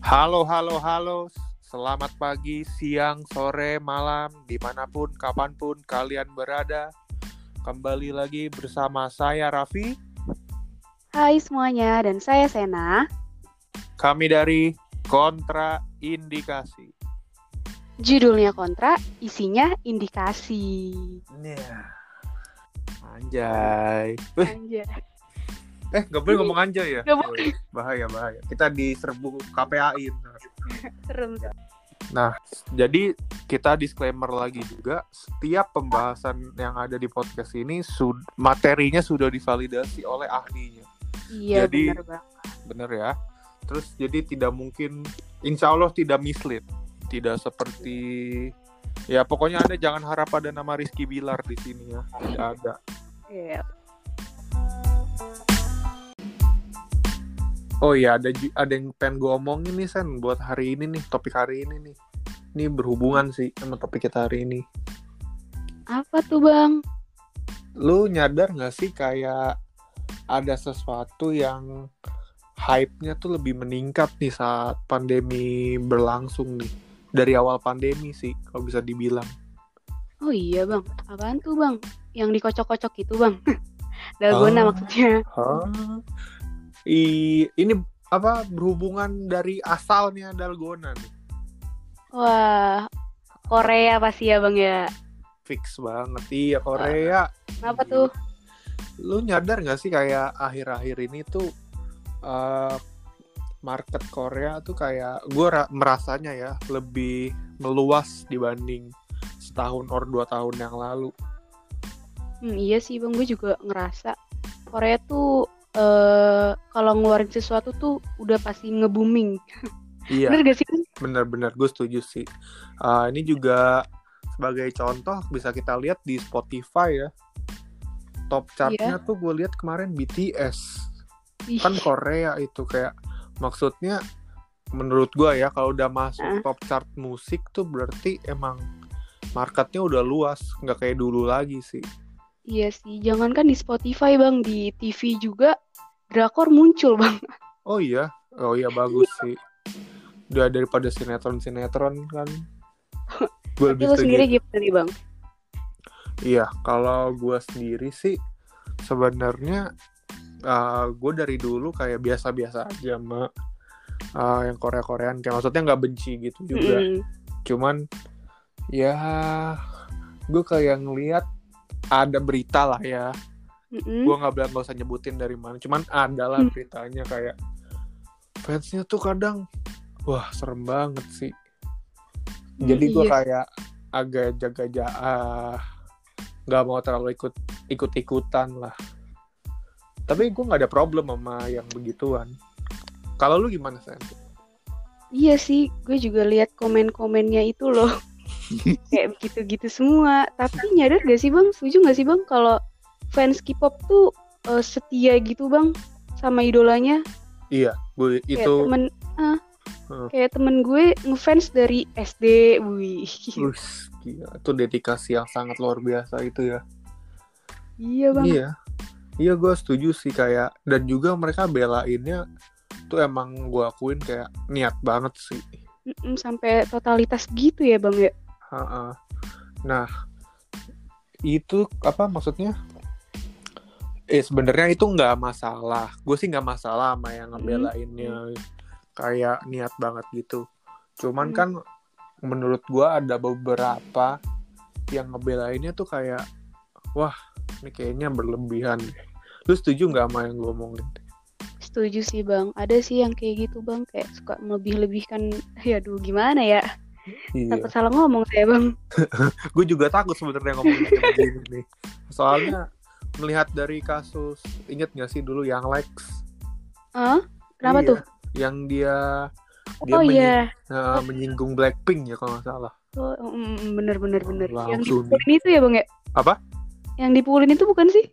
Halo, halo, halo. Selamat pagi, siang, sore, malam, dimanapun, kapanpun kalian berada. Kembali lagi bersama saya, Raffi. Hai semuanya, dan saya Sena. Kami dari Kontraindikasi. Judulnya kontra, isinya indikasi. Anjay. Anjay. Gak boleh ngomong anjay ya? Gak boleh. Bahaya. Kita diserbu KPAI. Serem. Nah, jadi kita disclaimer lagi juga, setiap pembahasan yang ada di podcast ini materinya sudah divalidasi oleh ahlinya. Iya, Jadi, benar Bang. bener ya. Terus jadi tidak mungkin, insya Allah tidak mislead. Tidak seperti, ya pokoknya Anda jangan harap ada nama Rizky Bilar di sini ya. Tidak ada. Iya. Oh iya, ada yang pengen gue omongin nih Sen, buat hari ini nih, topik hari ini nih. Ini berhubungan sih sama topik kita hari ini. Apa tuh Bang? Lu nyadar gak sih kayak ada sesuatu yang hype-nya tuh lebih meningkat nih saat pandemi berlangsung nih. Dari awal pandemi sih, kalau bisa dibilang. Oh iya Bang, apaan tuh Bang? Yang dikocok-kocok itu Bang? Dalgona maksudnya. Ini apa berhubungan dari asalnya dalgona nih. Wah, Korea pasti ya Bang ya? Fix banget, iya Korea. Kenapa tuh? Lu nyadar gak sih kayak akhir-akhir ini tuh market Korea tuh kayak gue merasanya ya lebih meluas dibanding setahun or 2 tahun yang lalu. Iya sih Bang, gue juga ngerasa Korea tuh kalau ngeluarin sesuatu tuh udah pasti nge-booming. Iya. Bener gak sih? Bener, gue setuju sih. Ini juga sebagai contoh bisa kita lihat di Spotify ya. Top chartnya tuh gue lihat kemarin BTS. Kan Korea itu kayak, maksudnya menurut gue ya kalau udah masuk top chart musik tuh berarti emang marketnya udah luas, nggak kayak dulu lagi sih. Iya sih, jangankan di Spotify Bang, di TV juga drakor muncul Bang. Oh iya bagus sih. Udah daripada sinetron kan. Gue lebih setuju. Sendiri gimana nih Bang? Iya, kalau gue sendiri sih sebenarnya gue dari dulu kayak biasa-biasa aja sama yang Korea-Korean, kayak maksudnya nggak benci gitu juga. Cuman ya gue kayak ngelihat ada berita lah ya. Gue nggak usah nyebutin dari mana, cuman ada lah beritanya kayak fansnya tuh kadang wah serem banget sih. Jadi gue kayak agak nggak mau terlalu ikut-ikutan lah. Tapi gue nggak ada problem sama yang begituan. Kalau lu gimana Sen? Iya sih, gue juga lihat komen-komennya itu loh. Kayak begitu-gitu semua. Tapi nyadar gak sih Bang? Setuju gak sih Bang kalau fans K-pop tuh setia gitu Bang sama idolanya? Iya, gue itu kayak temen gue ngefans dari SD, wih. Gila, itu dedikasi yang sangat luar biasa itu ya. Iya Bang. Iya gue setuju sih kayak, dan juga mereka belainnya tuh emang gue akuin kayak niat banget sih. Sampai totalitas gitu ya Bang ya. Nah, itu apa maksudnya? Sebenarnya itu nggak masalah. Gue sih nggak masalah sama yang ngebelainnya kayak niat banget gitu. Cuman kan menurut gue ada beberapa yang ngebelainnya tuh kayak wah ini kayaknya berlebihan. Lu setuju nggak sama yang gue omongin? Setuju sih Bang. Ada sih yang kayak gitu Bang, kayak suka melebih-lebihkan. Ya aduh gimana ya? Takut salah ngomong saya Bang. Gue juga takut sebenarnya ngomongin kayak begini nih. Soalnya melihat dari kasus, inget gak sih dulu yang Lex? Kenapa tuh? Yang dia menyinggung Blackpink ya kalau nggak salah. Bener. Yang dipukulin itu ya Bang ya? Apa? Yang dipukulin itu bukan sih?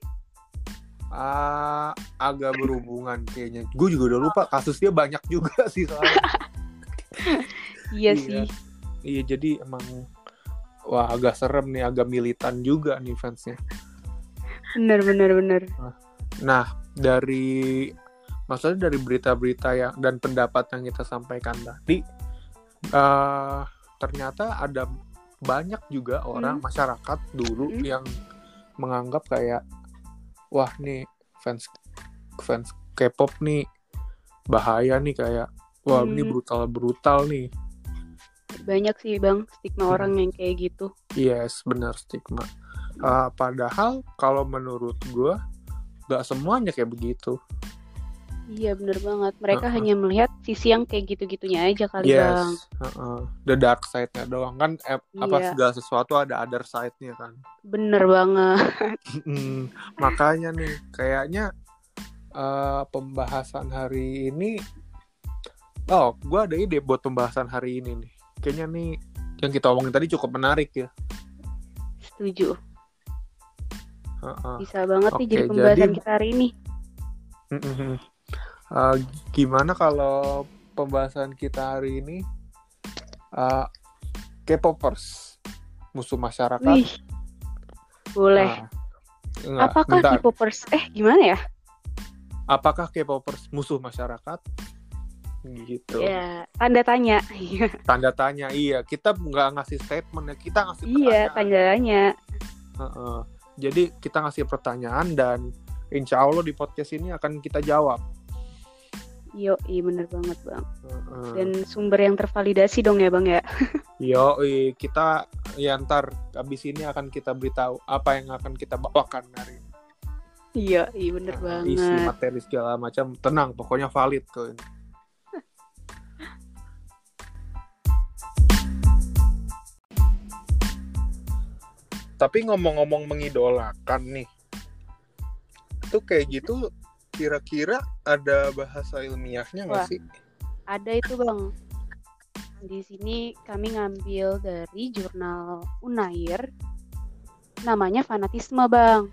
Agak berhubungan kayaknya. Gue juga udah lupa, kasusnya banyak juga sih soalnya. Iya sih. Iya, jadi emang wah agak serem nih, agak militan juga nih fansnya. Bener. Nah, dari maksudnya dari berita-berita yang dan pendapat yang kita sampaikan tadi, eh, ternyata ada banyak juga orang masyarakat dulu yang menganggap kayak, wah nih fans K-pop nih bahaya nih, kayak wah ini brutal nih. Banyak sih bang stigma orang yang kayak gitu. Yes, benar, stigma. Padahal kalau menurut gue gak semuanya kayak begitu. Iya bener banget. Mereka hanya melihat sisi yang kayak gitu-gitunya aja kali bang. Yes, the dark side-nya doang kan. Apa segala sesuatu ada other side-nya kan. Bener banget. Makanya nih kayaknya pembahasan hari ini, gue ada ide buat pembahasan hari ini nih. Kayaknya nih yang kita omongin tadi cukup menarik ya. Setuju. Bisa banget nih jadi pembahasan kita hari ini. Gimana kalau pembahasan kita hari ini K-popers, musuh masyarakat? Wih, boleh. Apakah K-popers? Gimana ya? Apakah K-popers musuh masyarakat? Gitu. Ya, tanda tanya. Tanda tanya, iya. Kita nggak ngasih statement ya, kita ngasih pertanyaan. Iya, tanda tanya. Jadi kita ngasih pertanyaan dan insya Allah di podcast ini akan kita jawab. Iya bener banget bang. Dan sumber yang tervalidasi dong ya bang ya. Kita ya ntar abis ini akan kita beritahu apa yang akan kita bawakan hari ini. Iya bener banget. Isi materi segala macam, tenang, pokoknya valid kok ini. Tapi ngomong-ngomong mengidolakan nih, itu kayak gitu kira-kira ada bahasa ilmiahnya nggak sih? Ada itu bang. Di sini kami ngambil dari jurnal Unair, namanya fanatisme bang.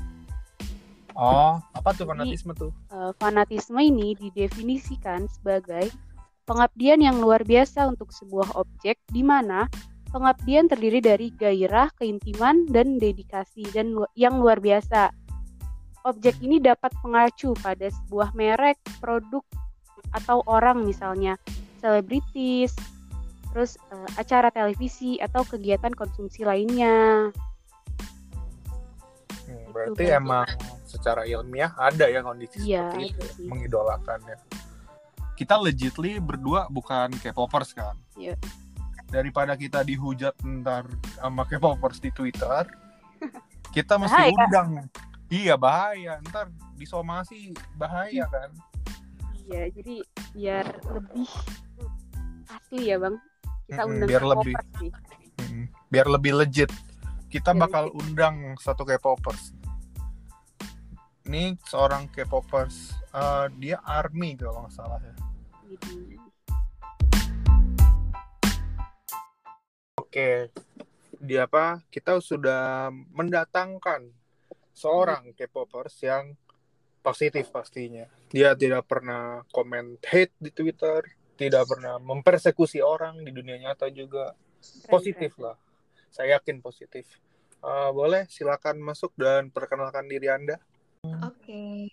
Oh, apa tuh fanatisme tuh? Fanatisme ini didefinisikan sebagai pengabdian yang luar biasa untuk sebuah objek, di mana pengabdian terdiri dari gairah, keintiman, dan dedikasi dan yang luar biasa. Objek ini dapat mengacu pada sebuah merek, produk, atau orang, misalnya selebritis, terus acara televisi atau kegiatan konsumsi lainnya. Berarti emang secara ilmiah ada ya kondisi seperti itu, mengidolakannya. Kita legitly berdua bukan K-popers kan? Iya. Daripada kita dihujat ntar sama K-popers di Twitter, kita mesti undang. Iya bahaya, ntar disomasi bahaya kan. Iya, jadi biar lebih asli ya bang, kita undang biar K-popers lebih, biar lebih legit. Kita bakal undang satu K-popers. Ini seorang K-popers, dia ARMY kalau nggak salah ya. Oke, kita sudah mendatangkan seorang K-popers yang positif pastinya. Dia tidak pernah komen hate di Twitter, tidak pernah mempersekusi orang di dunia nyata juga. Positif lah. Saya yakin positif. Boleh silakan masuk dan perkenalkan diri Anda. Oke.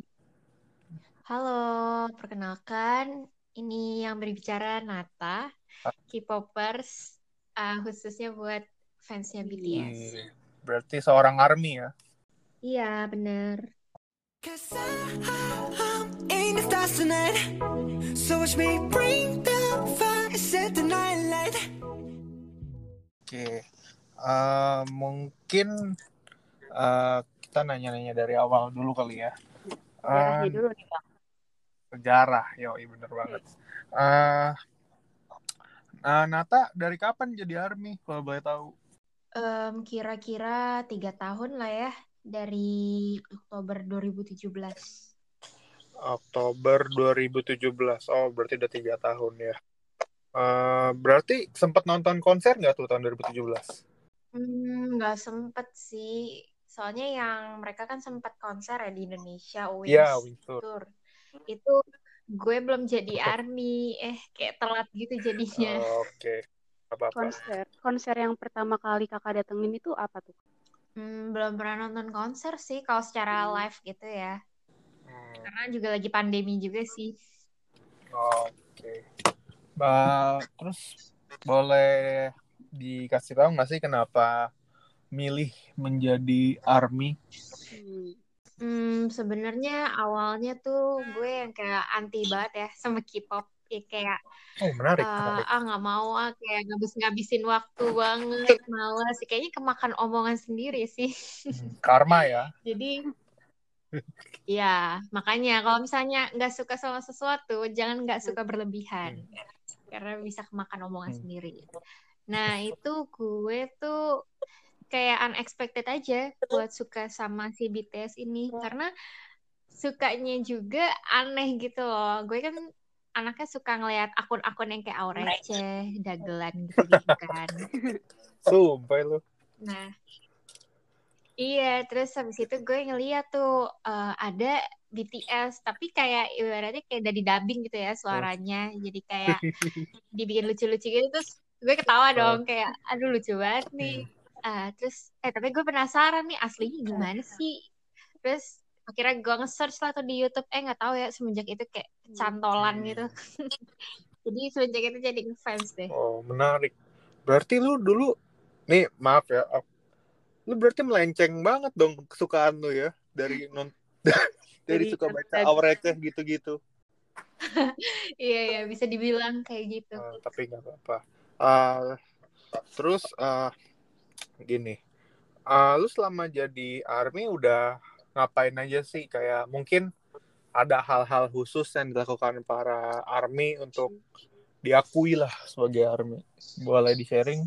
Halo, perkenalkan. Ini yang berbicara Nata, K-popers, khususnya buat fansnya BTS. Berarti seorang ARMY ya? Iya, benar. Oke, mungkin kita nanya-nanya dari awal dulu kali ya. Sejarahnya dulu nih bang. Sejarah, yoi bener banget. Nata dari kapan jadi ARMY kalau boleh tahu? Kira-kira 3 tahun lah ya, dari Oktober 2017. Oktober 2017, oh berarti udah 3 tahun ya. Berarti sempat nonton konser nggak tuh tahun 2017? Nggak sempet sih, soalnya yang mereka kan sempat konser ya di Indonesia, Wings Tour. Itu gue belum jadi ARMY, kayak telat gitu jadinya. Oke. Apa-apa. Konser yang pertama kali kakak datengin itu apa tuh? Belum pernah nonton konser sih, kalau secara live gitu ya. Karena juga lagi pandemi juga sih. Oke. Terus boleh dikasih tahu nggak sih kenapa milih menjadi ARMY? Sebenarnya awalnya tuh gue yang kayak anti banget ya sama K-pop. Ya kayak Menarik. nggak mau kayak ngabisin waktu banget, malas. Kayaknya kemakan omongan sendiri sih. Karma ya. Jadi ya makanya kalau misalnya nggak suka sama sesuatu, jangan nggak suka berlebihan. Karena bisa kemakan omongan sendiri. Nah itu gue tuh kayak unexpected aja buat suka sama si BTS ini. Karena sukanya juga aneh gitu loh. Gue kan anaknya suka ngeliat akun-akun yang kayak Aurece, dagelan gitu-gitu kan. Sumpah lu. Nah, iya, terus habis itu gue ngeliat tuh ada BTS, tapi kayak ibaratnya kayak udah di-dubbing gitu ya suaranya. Jadi kayak dibikin lucu-lucu gitu, terus gue ketawa dong kayak, aduh lucu banget nih. Terus, tapi gue penasaran nih aslinya gimana sih? Terus akhirnya gue nge-search lah tuh di YouTube, nggak tahu ya semenjak itu kayak cantolan gitu. Jadi semenjak itu jadi ngefans deh. Oh, menarik. Berarti lu dulu, nih maaf ya, lu berarti melenceng banget dong kesukaan lu ya dari dari suka baca Aurece gitu-gitu. Iya bisa dibilang kayak gitu. Tapi nggak apa-apa. Terus gini, lu selama jadi ARMY udah ngapain aja sih? Kayak mungkin ada hal-hal khusus yang dilakukan para ARMY untuk diakui lah sebagai ARMY. Boleh di-sharing?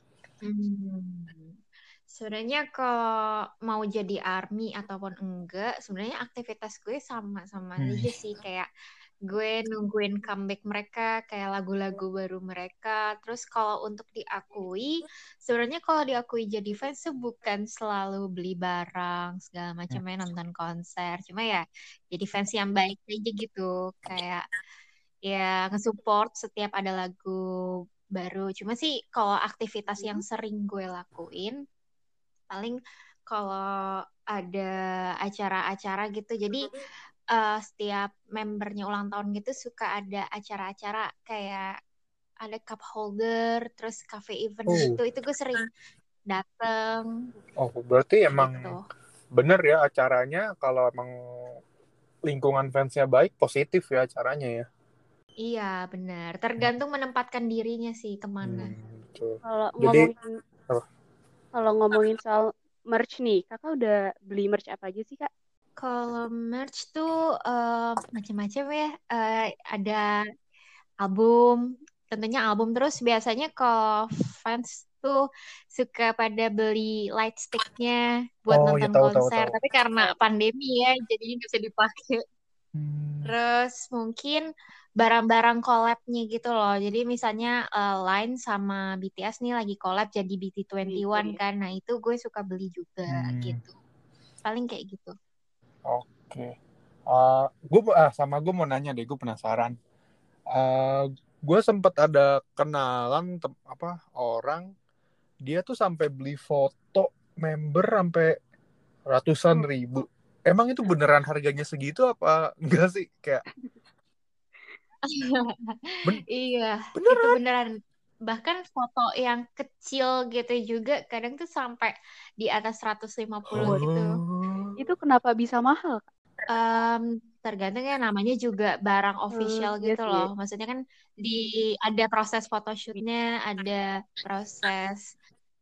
Sebenarnya kalau mau jadi ARMY ataupun enggak, sebenarnya aktivitas gue sama-sama aja sih. Kayak gue nungguin comeback mereka, kayak lagu-lagu baru mereka. Terus kalau untuk diakui, sebenarnya kalau diakui jadi fans tuh bukan selalu beli barang, segala macamnya, nonton konser. Cuma ya jadi fans yang baik aja gitu. Kayak ya nge-support setiap ada lagu baru. Cuma sih kalau aktivitas yang sering gue lakuin, paling kalau ada acara-acara gitu. Jadi setiap membernya ulang tahun gitu suka ada acara-acara kayak ada cup holder, terus cafe event gitu. Itu gue sering dateng. Oh, berarti emang gitu. bener ya acaranya kalau emang lingkungan fansnya baik, positif ya acaranya ya. Iya, benar. Tergantung menempatkan dirinya sih kemana. Kalau ngomongin soal merch nih, kakak udah beli merch apa aja sih kak? Kalau merch tuh macam-macam ya. Ada album, tentunya album. Terus biasanya kalau fans tuh suka pada beli light sticknya buat nonton konser. Tapi karena pandemi ya, jadinya nggak bisa dipakai. Terus mungkin barang-barang collab-nya gitu loh. Jadi misalnya Line sama BTS nih lagi collab jadi BT21 kan. Nah itu gue suka beli juga gitu. Paling kayak gitu. Oke. Gue mau nanya deh, gue penasaran. Gue sempet ada kenalan orang, dia tuh sampai beli foto member sampai ratusan ribu. Emang itu beneran harganya segitu apa enggak sih? Kayak Iya, beneran. itu beneran. Bahkan foto yang kecil gitu juga kadang tuh sampai di atas 150 gitu. Itu kenapa bisa mahal, Kak? Tergantung ya, namanya juga barang official gitu loh. Maksudnya kan ada proses photoshootnya, ada proses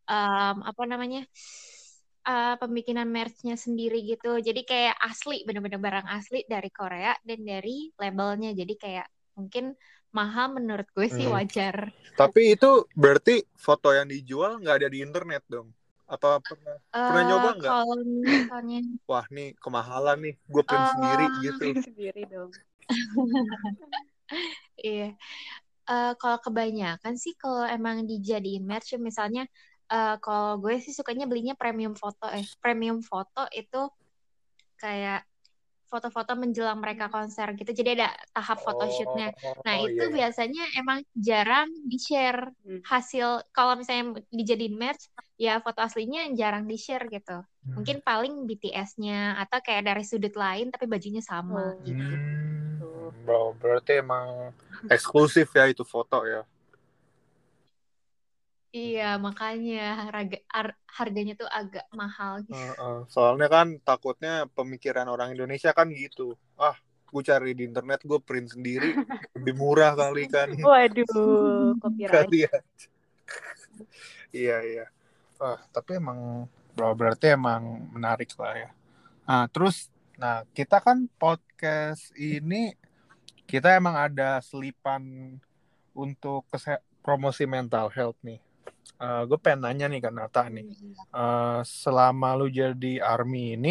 pembikinan merch-nya sendiri gitu. Jadi kayak asli, bener-bener barang asli dari Korea dan dari labelnya. Jadi kayak mungkin mahal menurut gue sih wajar. Tapi itu berarti foto yang dijual nggak ada di internet dong? Apa pernah nyoba nggak? Kalau misalnya wah nih kemahalan nih, gue print sendiri gitu. Print sendiri dong. Iya. Kalau kebanyakan sih kalau emang dijadiin merch, misalnya kalau gue sih sukanya belinya premium foto. Premium foto itu kayak foto-foto menjelang mereka konser gitu. Jadi ada tahap photoshootnya. Nah Oh itu iya. biasanya emang jarang di-share hasil. Kalau misalnya dijadiin merch, ya foto aslinya jarang di-share gitu. Mungkin paling BTS-nya atau kayak dari sudut lain tapi bajunya sama gitu. Bro, berarti emang eksklusif ya itu foto ya. Iya, makanya harganya tuh agak mahal gitu. Soalnya kan takutnya pemikiran orang Indonesia kan gitu. Gue cari di internet, gue print sendiri, lebih murah kali kan. Waduh, copyright. Kali ya. Iya. Tapi emang berarti emang menarik lah ya. Terus, kita kan podcast ini, kita emang ada selipan untuk promosi mental health nih. Gue pengen nanya nih ke Nata nih. Selama lu jadi ARMY ini,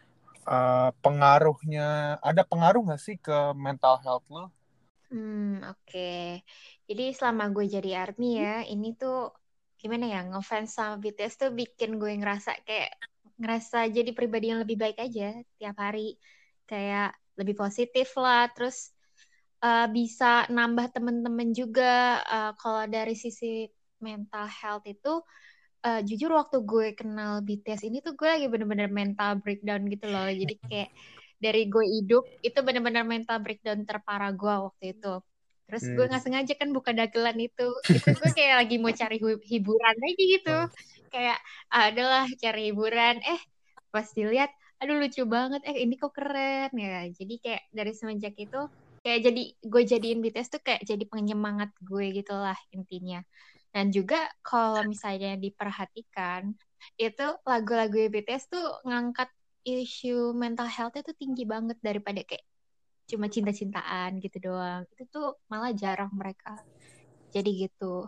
ada pengaruh nggak sih ke mental health lo? Oke. Jadi selama gue jadi ARMY ya, ini tuh gimana ya, ngefans sama BTS tuh bikin gue ngerasa jadi pribadi yang lebih baik aja tiap hari. Kayak lebih positif lah, terus bisa nambah temen-temen juga. Kalau dari sisi mental health itu, jujur waktu gue kenal BTS ini tuh gue lagi bener-bener mental breakdown gitu loh. Jadi kayak dari gue hidup itu bener-bener mental breakdown terparah gue waktu itu. Terus gue nggak sengaja kan buka dagelan itu gue kayak lagi mau cari hiburan aja gitu. Kayak adalah cari hiburan, pas dilihat, aduh lucu banget, ini kok keren ya. Jadi kayak dari semenjak itu kayak jadi gue jadiin BTS tuh kayak jadi penyemangat gue gitu lah intinya. Dan juga kalau misalnya diperhatikan, itu lagu-lagu BTS tuh ngangkat isu mental health-nya tuh tinggi banget daripada kayak cuma cinta-cintaan gitu doang. Itu tuh malah jarang mereka. Jadi gitu.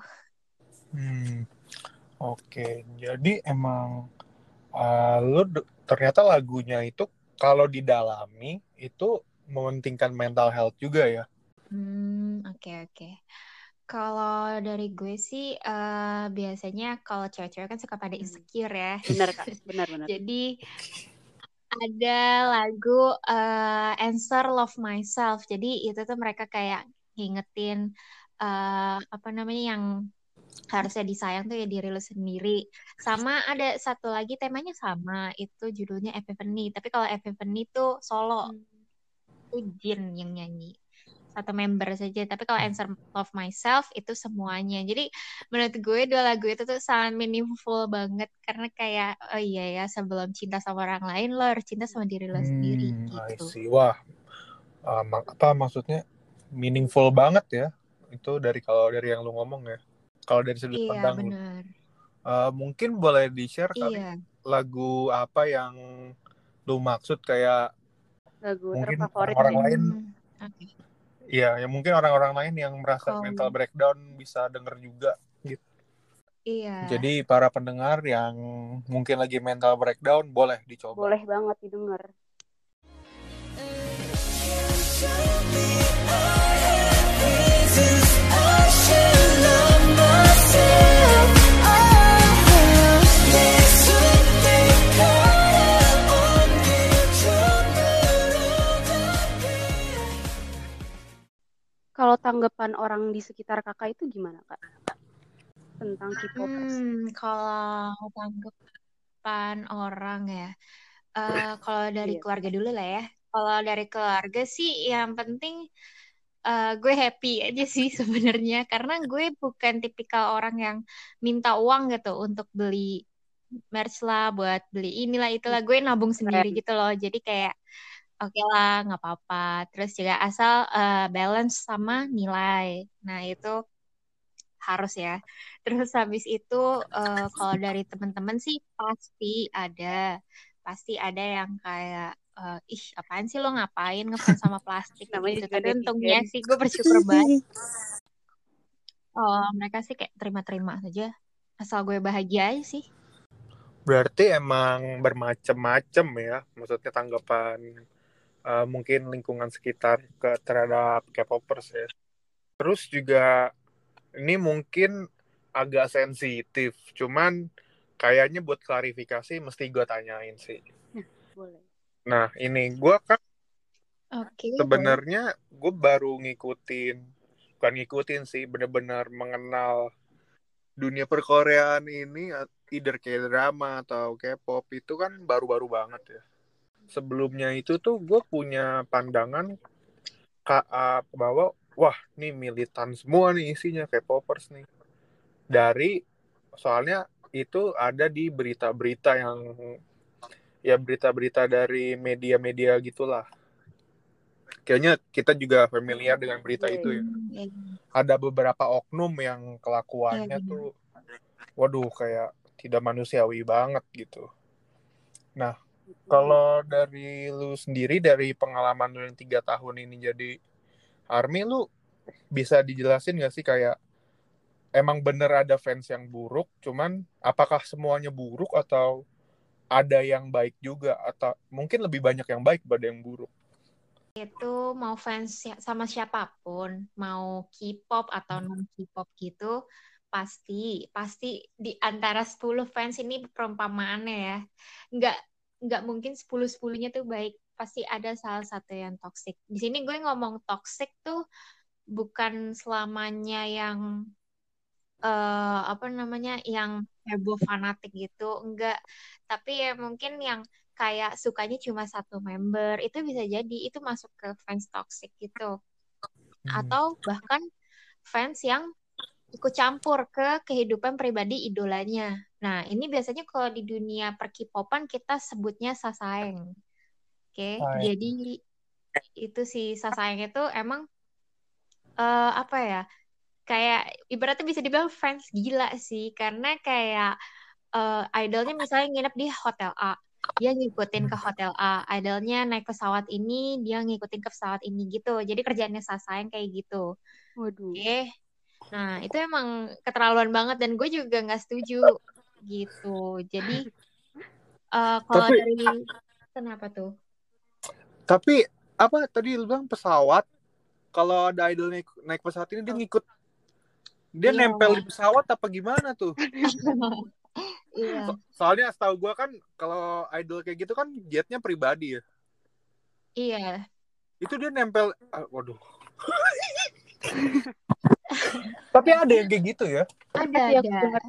Oke, jadi emang ternyata lagunya itu kalau didalami itu mementingkan mental health juga ya. Oke. Kalau dari gue sih biasanya kalau cewek-cewek kan suka pada insecure ya. Benar Kak, benar. Jadi ada lagu Answer Love Myself. Jadi itu tuh mereka kayak ngingetin apa namanya yang harusnya disayang tuh ya diri lu sendiri. Sama ada satu lagi temanya sama, itu judulnya Epiphany. Tapi kalau Epiphany tuh solo, itu Jin yang nyanyi. Satu member saja. Tapi kalau Answer Love Myself itu semuanya. Jadi menurut gue dua lagu itu tuh sangat meaningful banget. Karena kayak, oh iya ya, sebelum cinta sama orang lain, lo harus cinta sama diri lo sendiri I gitu. see. Wah, apa maksudnya meaningful banget ya? Itu kalau dari yang lu ngomong ya. Kalau dari sudut pandang lu. Benar. Mungkin boleh di-share kali lagu apa yang lu maksud, kayak Lagu mungkin terfavorit orang-orang ya. lain. Okay. Iya, ya mungkin orang-orang lain yang merasa mental breakdown bisa denger juga gitu. Iya. Jadi para pendengar yang mungkin lagi mental breakdown boleh dicoba. Boleh banget didengar. Kalau tanggapan orang di sekitar kakak itu gimana kak? Tentang K-popers? Kalau tanggapan orang ya, kalau dari keluarga dulu lah ya. Kalau dari keluarga sih yang penting gue happy aja sih sebenarnya, karena gue bukan tipikal orang yang minta uang gitu untuk beli merch lah, buat beli inilah itulah. Gue nabung sendiri gitu loh. Jadi kayak oke lah, nggak apa-apa. Terus juga asal balance sama nilai. Nah itu harus ya. Terus habis itu kalau dari teman-teman sih pasti ada yang kayak ih apaan sih lo ngapain ngefans sama plastik gitu. Tapi untungnya sih gue bersyukur banget. Mereka sih kayak terima-terima saja, asal gue bahagia aja sih. Berarti emang bermacam-macam ya, maksudnya tanggapan mungkin lingkungan sekitar terhadap K-popers ya. Terus juga ini mungkin agak sensitif, cuman kayaknya buat klarifikasi mesti gue tanyain sih. Boleh. Nah ini gue kan Oke, boleh. Sebenarnya gue baru bukan ngikutin sih, bener-bener mengenal dunia perkoreaan ini, either K-drama atau K-pop itu kan baru-baru banget ya. Sebelumnya itu tuh gue punya pandangan bahwa wah nih militan semua nih isinya K-popers nih. Soalnya itu ada di berita-berita berita-berita dari media-media gitulah. Kayaknya kita juga familiar dengan berita itu ya. Iya, Ada beberapa oknum yang iya, kelakuannya benar. tuh, waduh kayak tidak manusiawi banget gitu. Nah, kalau dari lu sendiri, dari pengalaman lu yang 3 tahun ini jadi ARMY, lu bisa dijelasin gak sih kayak emang bener ada fans yang buruk, cuman apakah semuanya buruk atau ada yang baik juga, atau mungkin lebih banyak yang baik daripada yang buruk? Itu mau fans sama siapapun, mau K-pop atau non K-pop gitu, pasti di antara 10 fans ini perumpamaannya ya. Nggak nggak mungkin 10-10-nya tuh baik. Pasti ada salah satu yang toxic. Di sini gue ngomong toxic tuh bukan selamanya yang apa namanya yang heboh fanatik gitu, enggak. Tapi ya mungkin yang kayak sukanya cuma satu member itu bisa jadi itu masuk ke fans toxic gitu, atau bahkan fans yang ikut campur ke kehidupan pribadi idolanya. Nah, ini biasanya kalau di dunia perkipopan kita sebutnya sasaeng. Oke, jadi itu si sasaeng itu emang apa ya? Kayak ibaratnya bisa dibilang fans gila sih, karena kayak idolnya misalnya nginep di hotel A, dia ngikutin ke hotel A. Idolnya naik pesawat ini, dia ngikutin ke pesawat ini gitu. Jadi kerjaannya Sasayang kayak gitu. Waduh. Oke. Nah, itu emang keterlaluan banget dan gue juga nggak setuju gitu. Jadi kalau Tapi dari kenapa tuh? tapi apa tadi lu bilang pesawat? Kalau ada idol naik pesawat ini, dia Iya, nempel di pesawat apa gimana tuh? iya, Soalnya setahu gue kan kalau idol kayak gitu kan jetnya pribadi ya. iya. Itu dia nempel, waduh. Tapi ada yang kayak gitu ya. Pernah Ada, sih aku ada. dengar.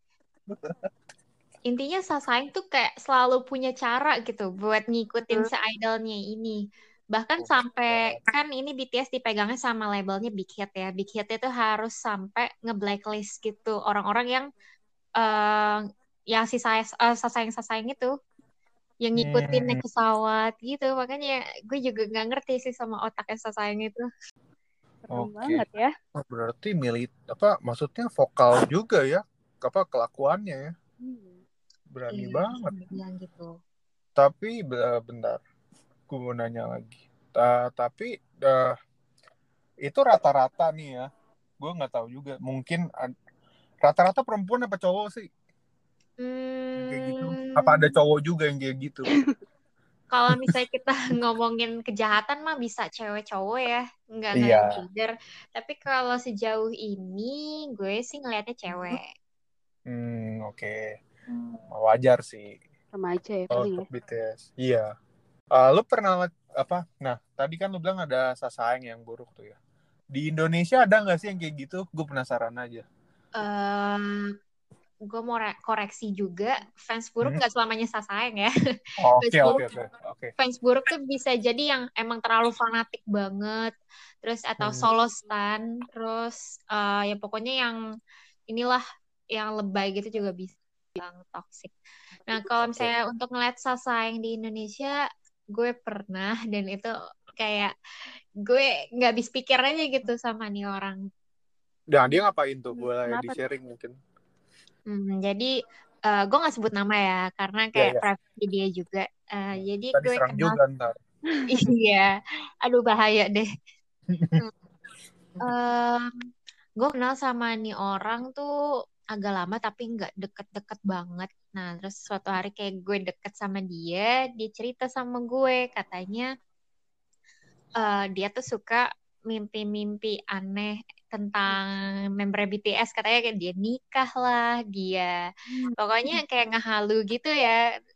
Intinya Sasaeng tuh kayak selalu punya cara gitu buat ngikutin se-idolnya ini. Bahkan sampai kan ini BTS dipegangnya sama labelnya Big Hit ya. Big Hit itu harus sampai nge-blacklist gitu orang-orang eh yang si Sasaeng itu yang ngikutin naik pesawat gitu. Makanya gue juga nggak ngerti sih sama otaknya Sasaeng itu. Serem Oke. banget ya. Berarti maksudnya vokal juga ya, kelakuannya ya. Berani Iya, bisa banget. dibilang gitu. Tapi bentar, gue mau nanya lagi. Tapi itu rata-rata nih ya, gue nggak tahu juga. Mungkin rata-rata perempuan apa cowok sih yang kayak gitu? Apa ada Hmm, cowok juga yang kayak gitu? Kalau misalnya kita ngomongin kejahatan mah bisa cewek cowok ya, nggak Iya. gender. Tapi kalau sejauh ini gue sih ngelihatnya cewek. Oke. Wajar sih. Sama aja ya Oh, paling ya. untuk BTS. Iya. Lu pernah apa? Nah, tadi kan lu bilang ada Sasaeng yang buruk tuh ya. Di Indonesia ada nggak sih yang kayak gitu? Gue penasaran aja. Em, gue mau koreksi juga, fans buruk Hmm? nggak selamanya Sasaeng ya. Fans Oke, buruk, oke, oke, oke. fans buruk tuh bisa jadi yang emang terlalu fanatik banget, terus atau Hmm. solo stan, terus ya pokoknya yang inilah yang lebay gitu juga bisa bilang toxic. Nah, kalau Oke. misalnya untuk ngeliat Sasaeng di Indonesia, gue pernah dan itu kayak gue nggak habis pikir aja gitu sama nih orang. Nah, dia ngapain tuh? Boleh Kenapa tuh? di-sharing mungkin. Jadi gue nggak sebut nama ya karena Iya, kayak iya. privasi dia juga. Jadi Tadi gue serang kenal, juga ntar. iya, aduh bahaya deh. Hmm, em, gue kenal sama nih orang tuh agak lama tapi nggak deket-deket banget. Nah, terus suatu hari kayak gue deket sama dia cerita sama gue, katanya dia tuh suka mimpi-mimpi aneh tentang member BTS, katanya kayak dia nikah lah, dia pokoknya kayak ngehalu gitu ya.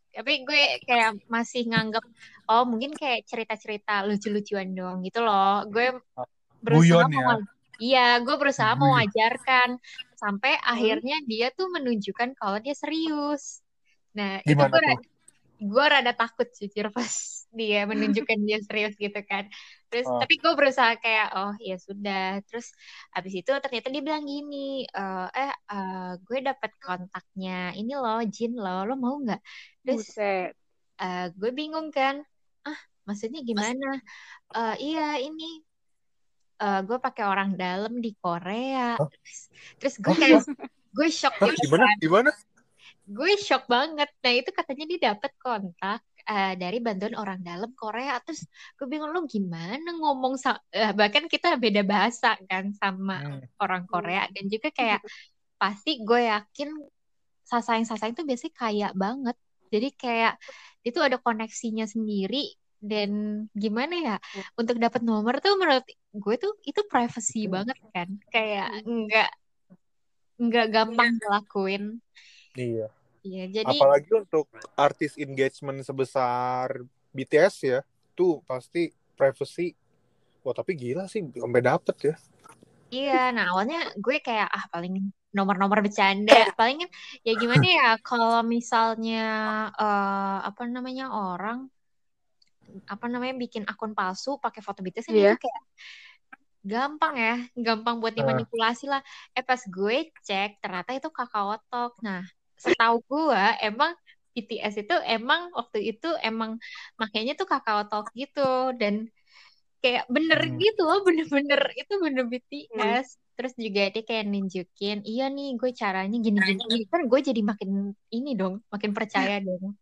Tapi gue kayak masih nganggep, oh mungkin kayak cerita-cerita lucu-lucuan doang gitu loh. Gue berusaha Guyon ya. Iya, gue berusaha Guyon. mewajarkan sampai akhirnya dia tuh menunjukkan kalau dia serius. Nah, itu Gimana tuh? gue rada takut jujur pas dia menunjukkan dia serius gitu kan. Terus Oh. tapi gue berusaha kayak oh ya sudah. Terus abis itu ternyata dia bilang gini, gue dapat kontaknya ini loh Jin lo mau nggak? Terus Buset. gue bingung kan, maksudnya gimana? Iya ini gue pakai orang dalam di Korea. Hah? Terus gue kayak gue shock Hah, gitu gimana? kan. Gimana? Gue shock banget. Nah itu katanya dia dapat kontak dari bantuan orang dalam Korea. Terus gue bingung lu gimana ngomong bahkan kita beda bahasa kan sama orang Korea dan juga kayak pasti gue yakin sasaeng tuh biasanya kaya banget. Jadi kayak itu ada koneksinya sendiri dan gimana ya untuk dapat nomor tuh menurut gue tuh itu privacy banget kan. Kayak nggak gampang dilakuin. Iya. Iya, jadi Apalagi untuk artis engagement sebesar BTS ya, tuh pasti privacy. Wah tapi gila sih, sampai dapet ya. iya, nah awalnya gue kayak paling nomor-nomor bercanda, paling kan ya gimana ya kalau misalnya apa namanya orang apa namanya bikin akun palsu pakai foto BTS kan itu kayak gampang buat dimanipulasi lah. Pas gue cek ternyata itu Kakao Talk. Nah, setahu gue emang BTS itu emang waktu itu emang makanya tuh Kakao Talk gitu dan kayak bener gitu loh, bener-bener itu bener BTS. Terus juga dia kayak nunjukin, iya nih gue caranya gini-gini. Kan gue jadi makin ini dong, makin percaya dong.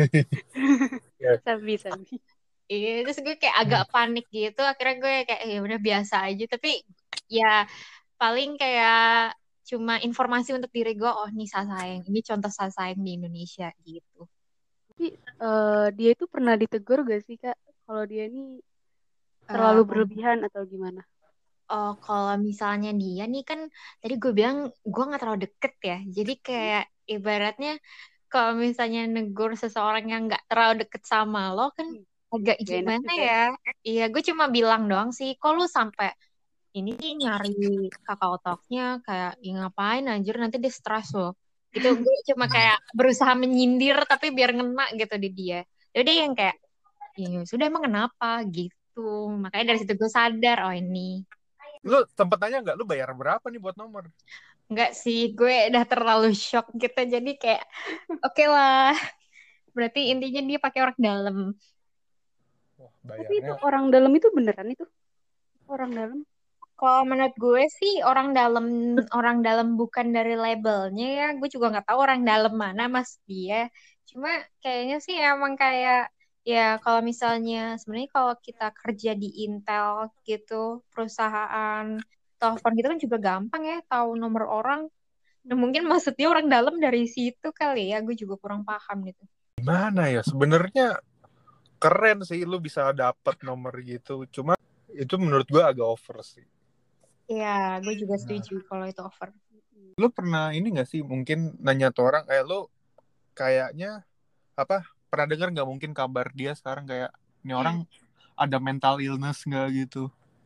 Sabi. Iya, terus gue kayak agak panik gitu. Akhirnya gue kayak ya udah biasa aja. Tapi ya paling kayak cuma informasi untuk diri gue. Oh nih Sasaeng, ini contoh Sasaeng di Indonesia gitu. Tapi dia itu pernah ditegur gak sih Kak? Kalau dia ini terlalu berlebihan atau gimana? Oh, kalau misalnya dia nih kan tadi gue bilang gue nggak terlalu deket ya. Jadi kayak ibaratnya kalau misalnya negur seseorang yang nggak terlalu deket sama lo kan agak Gak enak gimana juga. ya? Iya, gue cuma bilang doang sih. Kok lu sampai ini sih nyari Kakao Talk-nya kayak ya ngapain anjir nanti dia stres loh. Gitu gue cuma kayak berusaha menyindir tapi biar ngena gitu di dia. Jadi yang kayak ya sudah emang kenapa gitu. Makanya dari situ gue sadar oh ini. Lu sempet nanya nggak, lu bayar berapa nih buat nomor? Enggak sih, gue udah terlalu shock gitu. Jadi kayak oke lah. Berarti intinya dia pakai orang dalam. Wah, Tapi itu bayarnya. orang dalam itu beneran itu? Orang dalam? Kalau menurut gue sih orang dalam bukan dari labelnya ya. Gue juga nggak tahu orang dalam mana mas dia. Cuma kayaknya sih emang kayak ya kalau misalnya sebenarnya kalau kita kerja di Intel gitu perusahaan telepon gitu kan juga gampang ya tahu nomor orang. Nah, mungkin maksudnya orang dalam dari situ kali ya. Gue juga kurang paham gitu. Gimana ya, sebenarnya keren sih lu bisa dapet nomor gitu. Cuma itu menurut gue agak over sih. Iya, gue juga setuju kalau itu over. Lu pernah ini gak sih mungkin nanya tuh orang kayak lu kayaknya apa pernah dengar nggak mungkin kabar dia sekarang kayak ini orang ada mental illness nggak gitu?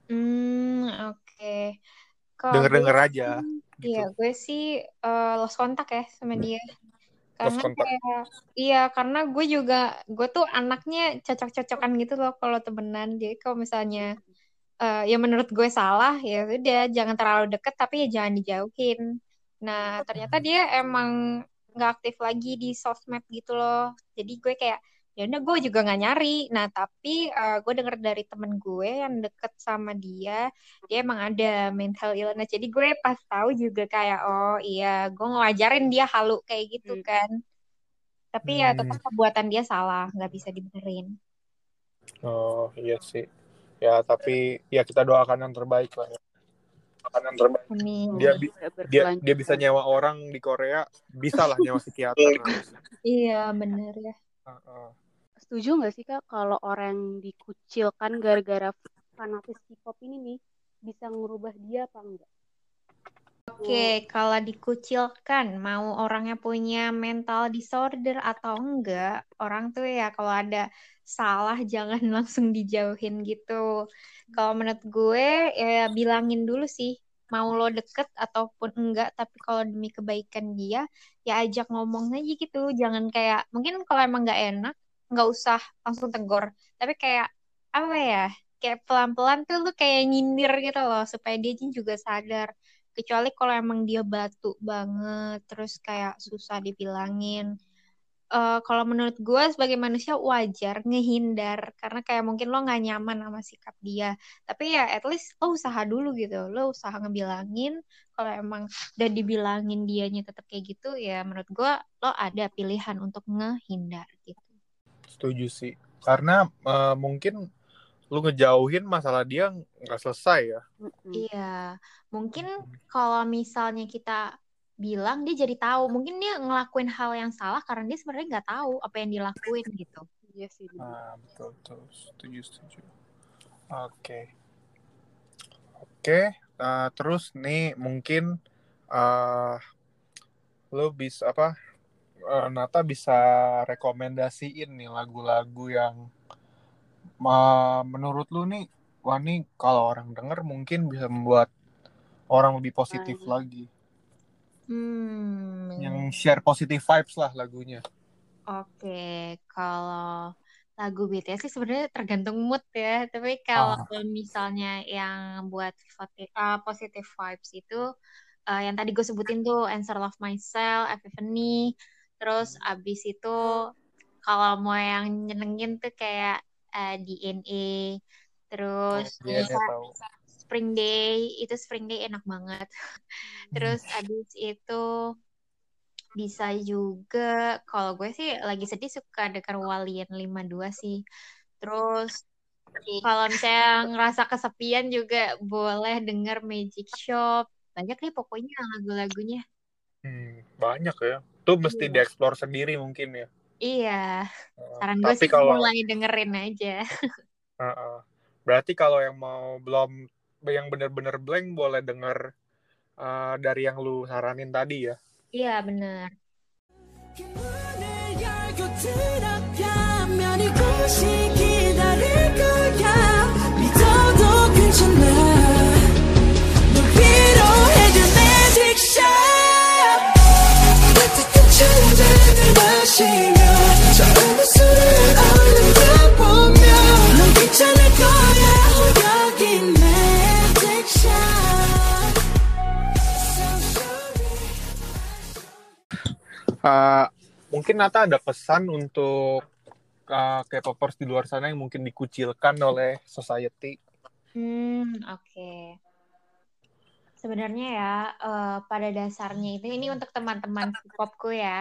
Oke. Kalau gue Denger aja iya, gitu. gue sih lost kontak ya sama dia. Lost Karena kontak. kayak, iya, karena gue tuh anaknya cocok-cocokan gitu loh kalau temenan. Jadi kalau misalnya ya menurut gue salah, ya udah jangan terlalu deket tapi ya jangan dijauhin. Nah, ternyata dia emang nggak aktif lagi di sosmed gitu loh. Jadi gue kayak, ya udah gue juga nggak nyari. Nah, tapi gue denger dari temen gue yang deket sama dia emang ada mental illness. Jadi gue pas tahu juga kayak, oh iya, gue ngewajarin dia halu kayak gitu kan. Tapi ya tetap perbuatan dia salah, nggak bisa dibenerin. Oh iya sih. Ya tapi ya kita doakan yang terbaik lah ya. Amin. Dia bisa nyewa orang di Korea, bisa lah nyewa psikiater. Iya, bener ya. Setuju nggak sih Kak kalau orang yang dikucilkan gara-gara fanatis K-pop ini nih bisa ngerubah dia apa enggak? Oke, kalau dikucilkan, mau orangnya punya mental disorder atau enggak, orang tuh ya kalau ada salah jangan langsung dijauhin gitu. Kalau menurut gue ya bilangin dulu sih, mau lo deket ataupun enggak, tapi kalau demi kebaikan dia, ya ajak ngomong aja gitu. Jangan kayak, mungkin kalau emang nggak enak, nggak usah langsung tegur. Tapi kayak, apa ya, kayak pelan-pelan tuh lu kayak nyindir gitu loh, supaya dia juga sadar. Kecuali kalau emang dia batu banget, terus kayak susah dibilangin. Kalau menurut gue sebagai manusia wajar ngehindar karena kayak mungkin lo nggak nyaman sama sikap dia. Tapi ya at least lo usaha dulu gitu. Lo usaha ngebilangin. Kalau emang udah dibilangin dianya tetap kayak gitu, ya menurut gue lo ada pilihan untuk ngehindar gitu. Setuju sih. Karena mungkin lu ngejauhin masalah dia nggak selesai ya. Iya, mungkin kalau misalnya kita bilang dia jadi tahu, mungkin dia ngelakuin hal yang salah karena dia sebenarnya nggak tahu apa yang dilakuin gitu. Iya sih. Betul, betul. Setuju. Oke. Terus nih mungkin uh, lu bisa apa? Nata bisa rekomendasiin nih lagu-lagu yang menurut lu nih, wah nih kalau orang denger mungkin bisa membuat orang lebih positif lagi. Yang share positive vibes lah lagunya. Oke, kalau lagu BTS sih sebenarnya tergantung mood ya. Tapi kalau misalnya yang buat positive vibes itu yang tadi gue sebutin tuh Answer Love Myself, Epiphany. Terus abis itu kalau mau yang nyenengin tuh kayak DNA. Terus bisa Tahu. Spring Day enak banget. Terus abis itu bisa juga, kalau gue sih lagi sedih suka denger Walian 52 sih. Terus kalau misalnya ngerasa kesepian juga boleh denger Magic Shop. Banyak nih pokoknya lagu-lagunya. Banyak ya. Tuh mesti Iya. dieksplor sendiri mungkin ya. Iya. Saran gue Tapi sih kalau mulai dengerin aja. berarti kalau yang mau belum yang bener-bener blank boleh denger dari yang lu saranin tadi ya. Iya, bener. Mungkin Nata ada pesan untuk K-popers di luar sana yang mungkin dikucilkan oleh society. Oke. Sebenarnya ya, pada dasarnya itu ini untuk teman-teman K-popku ya.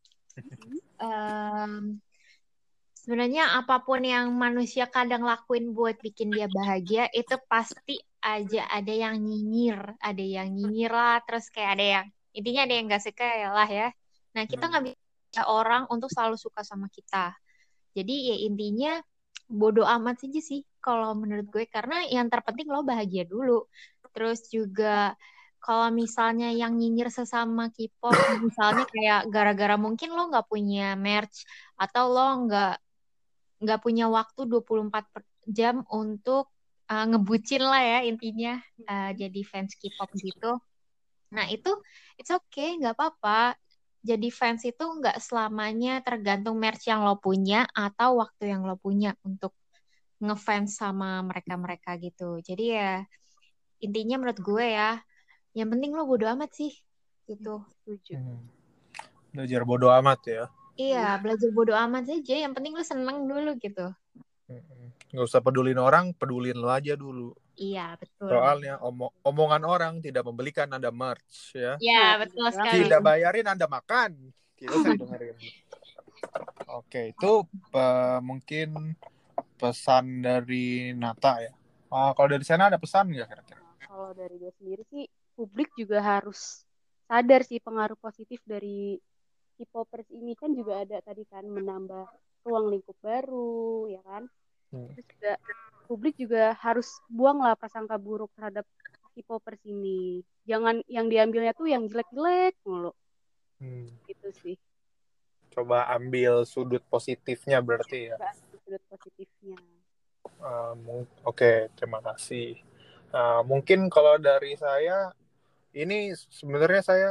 Sebenarnya apapun yang manusia kadang lakuin buat bikin dia bahagia, itu pasti aja ada yang nyinyir lah, terus kayak ada yang, intinya ada yang gak suka ya lah ya. Nah, kita nggak bisa orang untuk selalu suka sama kita. Jadi ya intinya bodo amat saja sih kalau menurut gue, karena yang terpenting lo bahagia dulu. Terus juga kalau misalnya yang nyinyir sesama K-pop, misalnya kayak gara-gara mungkin lo nggak punya merch atau lo nggak punya waktu 24 jam untuk ngebucin lah ya intinya, jadi fans K-pop gitu. Nah itu it's okay, nggak apa-apa. Jadi fans itu nggak selamanya tergantung merch yang lo punya atau waktu yang lo punya untuk ngefans sama mereka-mereka gitu. Jadi ya intinya menurut gue ya, yang penting lo bodo amat sih gitu. Belajar bodo amat ya. Iya, belajar bodo amat aja. Yang penting lo seneng dulu gitu. Nggak usah pedulin orang, pedulin lo aja dulu. Iya, betul. Soalnya omongan orang tidak membelikan Anda merch ya. Ya, betul sekali. Tidak bayarin Anda makan. Tidak usah dengerin. Oke, itu mungkin pesan dari Nata ya. Kalau dari sana ada pesan nggak kira-kira? Kalau dari gue sendiri sih, publik juga harus sadar sih pengaruh positif dari K-popers ini, kan juga ada tadi kan menambah ruang lingkup baru, ya kan? Terus juga publik juga harus buang lah prasangka buruk terhadap K-popers ini. Jangan yang diambilnya tuh yang jelek-jelek mulu. Gitu sih. Coba ambil sudut positifnya berarti ya. Sudut positifnya. Oke, terima kasih. Mungkin kalau dari saya, ini sebenarnya saya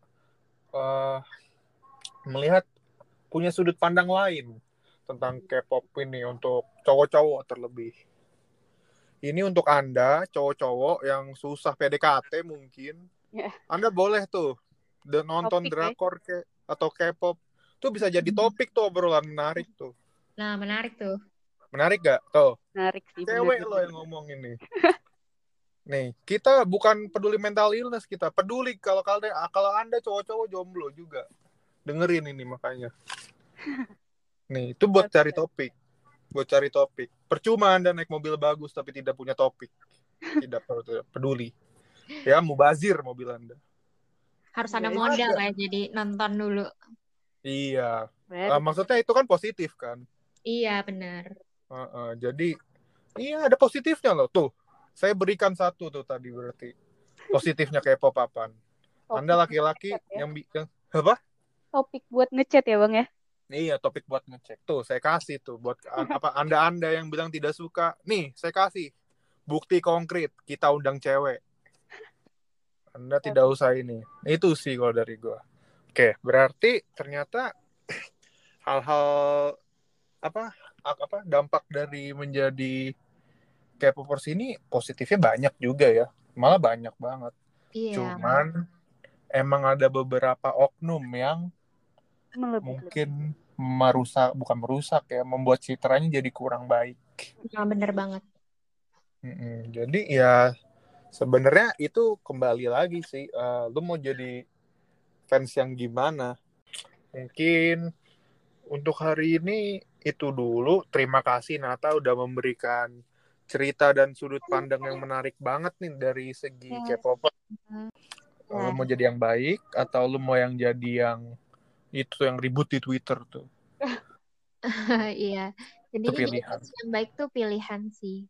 melihat punya sudut pandang lain tentang K-pop ini untuk cowok-cowok terlebih. Ini untuk Anda, cowok-cowok yang susah PDKT mungkin. Ya. Anda boleh tuh nonton drakor atau K-pop. Tuh bisa jadi topik tuh, obrolan menarik tuh. Nah, menarik tuh. Menarik gak? Tuh. Menarik sih. Cewek lo yang ngomong ini. Nih, kita bukan peduli mental illness, kita peduli kalau Anda cowok-cowok jomblo juga. Dengerin ini makanya. Nih, itu buat cari topik. Percuma Anda naik mobil bagus tapi tidak punya topik. Tidak peduli. Ya, mubazir mobil Anda. Harus ada modal ya, jadi nonton dulu. Iya. Maksudnya itu kan positif kan? Iya, benar. Jadi, iya ada positifnya loh. Tuh, saya berikan satu tuh tadi berarti. Positifnya K-pop apaan? Anda laki-laki yang apa? Topik buat ngechat ya Bang ya? Iya, topik buat ngecek. Tuh, saya kasih tuh buat Anda yang bilang tidak suka. Nih, saya kasih bukti konkret. Kita undang cewek. Anda tidak usah ini. Itu sih kalau dari gua. Oke, berarti ternyata hal-hal dampak dari menjadi K-popers ini positifnya banyak juga ya. Malah banyak banget. Iya. Cuman emang ada beberapa oknum yang mungkin bukan merusak ya, membuat citranya jadi kurang baik. Nah, bener banget. Jadi ya sebenarnya itu kembali lagi sih, lu mau jadi fans yang gimana? Mungkin untuk hari ini itu dulu. Terima kasih Nata udah memberikan cerita dan sudut pandang yang menarik banget nih dari segi K-pop. Lu mau jadi yang baik atau lu mau yang jadi yang itu yang ribut di Twitter tuh? Iya. Jadi yang baik tuh pilihan sih.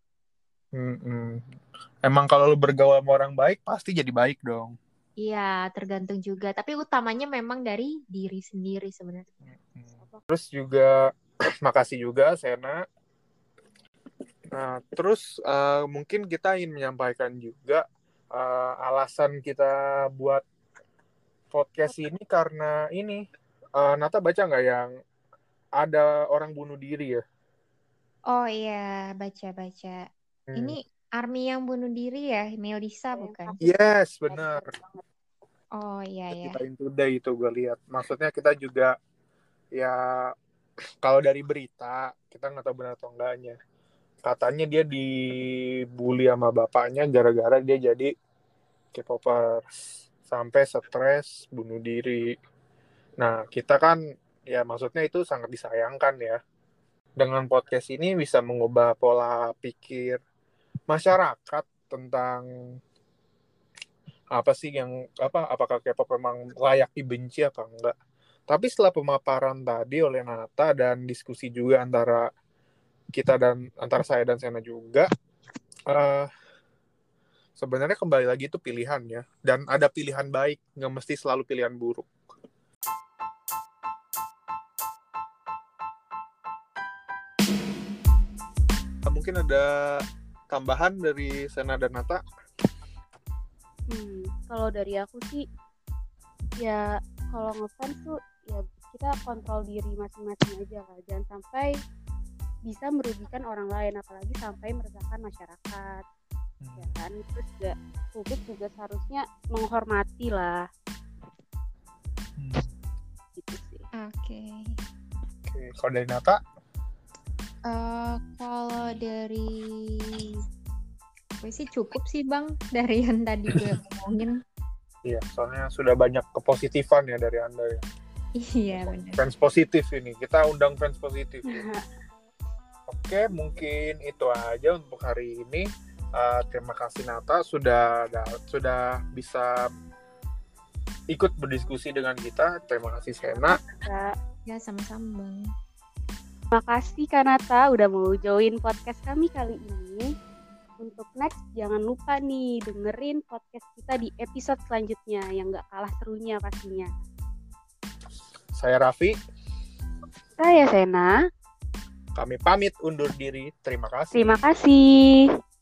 Emang kalau lu bergaul sama orang baik pasti jadi baik dong. Iya, tergantung juga. Tapi utamanya memang dari diri sendiri sebenarnya. Terus juga makasih juga Sena. Nah, terus mungkin kita ingin menyampaikan juga alasan kita buat podcast ini karena ini. Nata baca nggak yang ada orang bunuh diri ya? Oh iya, baca-baca. Ini ARMY yang bunuh diri ya, Melissa bukan? Yes, benar. Oh iya ya. Kita Today itu gue lihat. Maksudnya kita juga ya kalau dari berita kita nggak tahu benar atau enggaknya. Katanya dia dibully sama bapaknya gara-gara dia jadi K-popers sampai stres bunuh diri. Nah, kita kan ya maksudnya itu sangat disayangkan ya. Dengan podcast ini bisa mengubah pola pikir masyarakat tentang apa sih yang apakah K-pop memang layak dibenci apa enggak. Tapi setelah pemaparan tadi oleh Nata dan diskusi juga antara saya dan Sena juga, sebenarnya kembali lagi itu pilihan ya, dan ada pilihan baik, nggak mesti selalu pilihan buruk. Mungkin ada tambahan dari Sena dan Nata? Kalau dari aku sih ya kalau ngefans tuh ya kita kontrol diri masing-masing aja lah, jangan sampai bisa merugikan orang lain, apalagi sampai meresahkan masyarakat. Ya kan, terus juga publik juga seharusnya menghormati lah. Gitu sih. Oke, kalau dari Nata? Kalau dari gue sih cukup sih Bang dari yang tadi gue ngomongin. Iya, soalnya sudah banyak kepositifan ya dari Anda ya. Iya benar. Fans positif ini, kita undang fans positif. Oke, mungkin itu aja untuk hari ini. Terima kasih Nata sudah bisa ikut berdiskusi dengan kita. Terima kasih Sena. Ya sama-sama Bang. Terima kasih Kak Nata udah mau join podcast kami kali ini. Untuk next, jangan lupa nih dengerin podcast kita di episode selanjutnya yang gak kalah serunya pastinya. Saya Raffi. Saya Sena. Kami pamit undur diri. Terima kasih. Terima kasih.